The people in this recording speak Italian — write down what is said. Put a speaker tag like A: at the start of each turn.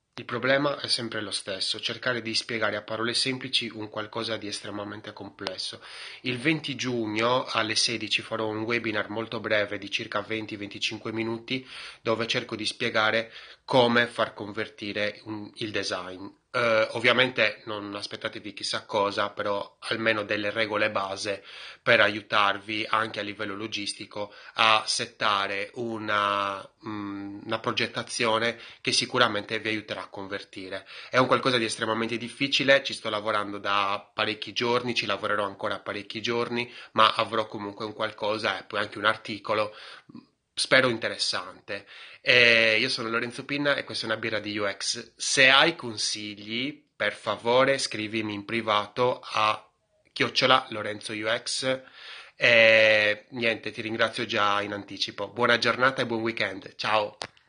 A: Il problema è sempre lo stesso, cercare di spiegare a parole semplici un qualcosa di estremamente complesso. Il 20 giugno alle 16 farò un webinar molto breve di circa 20-25 minuti dove cerco di spiegare come far convertire il design. Ovviamente non aspettatevi chissà cosa, però almeno delle regole base per aiutarvi anche a livello logistico a settare una progettazione che sicuramente vi aiuterà a convertire. È un qualcosa di estremamente difficile, ci sto lavorando da parecchi giorni, ci lavorerò ancora parecchi giorni, ma avrò comunque un qualcosa e poi anche un articolo, spero interessante. Io sono Lorenzo Pinna e questa è una birra di UX. Se hai consigli, per favore scrivimi in privato a chiocciola Lorenzo UX e niente, ti ringrazio già in anticipo. Buona giornata e buon weekend. Ciao!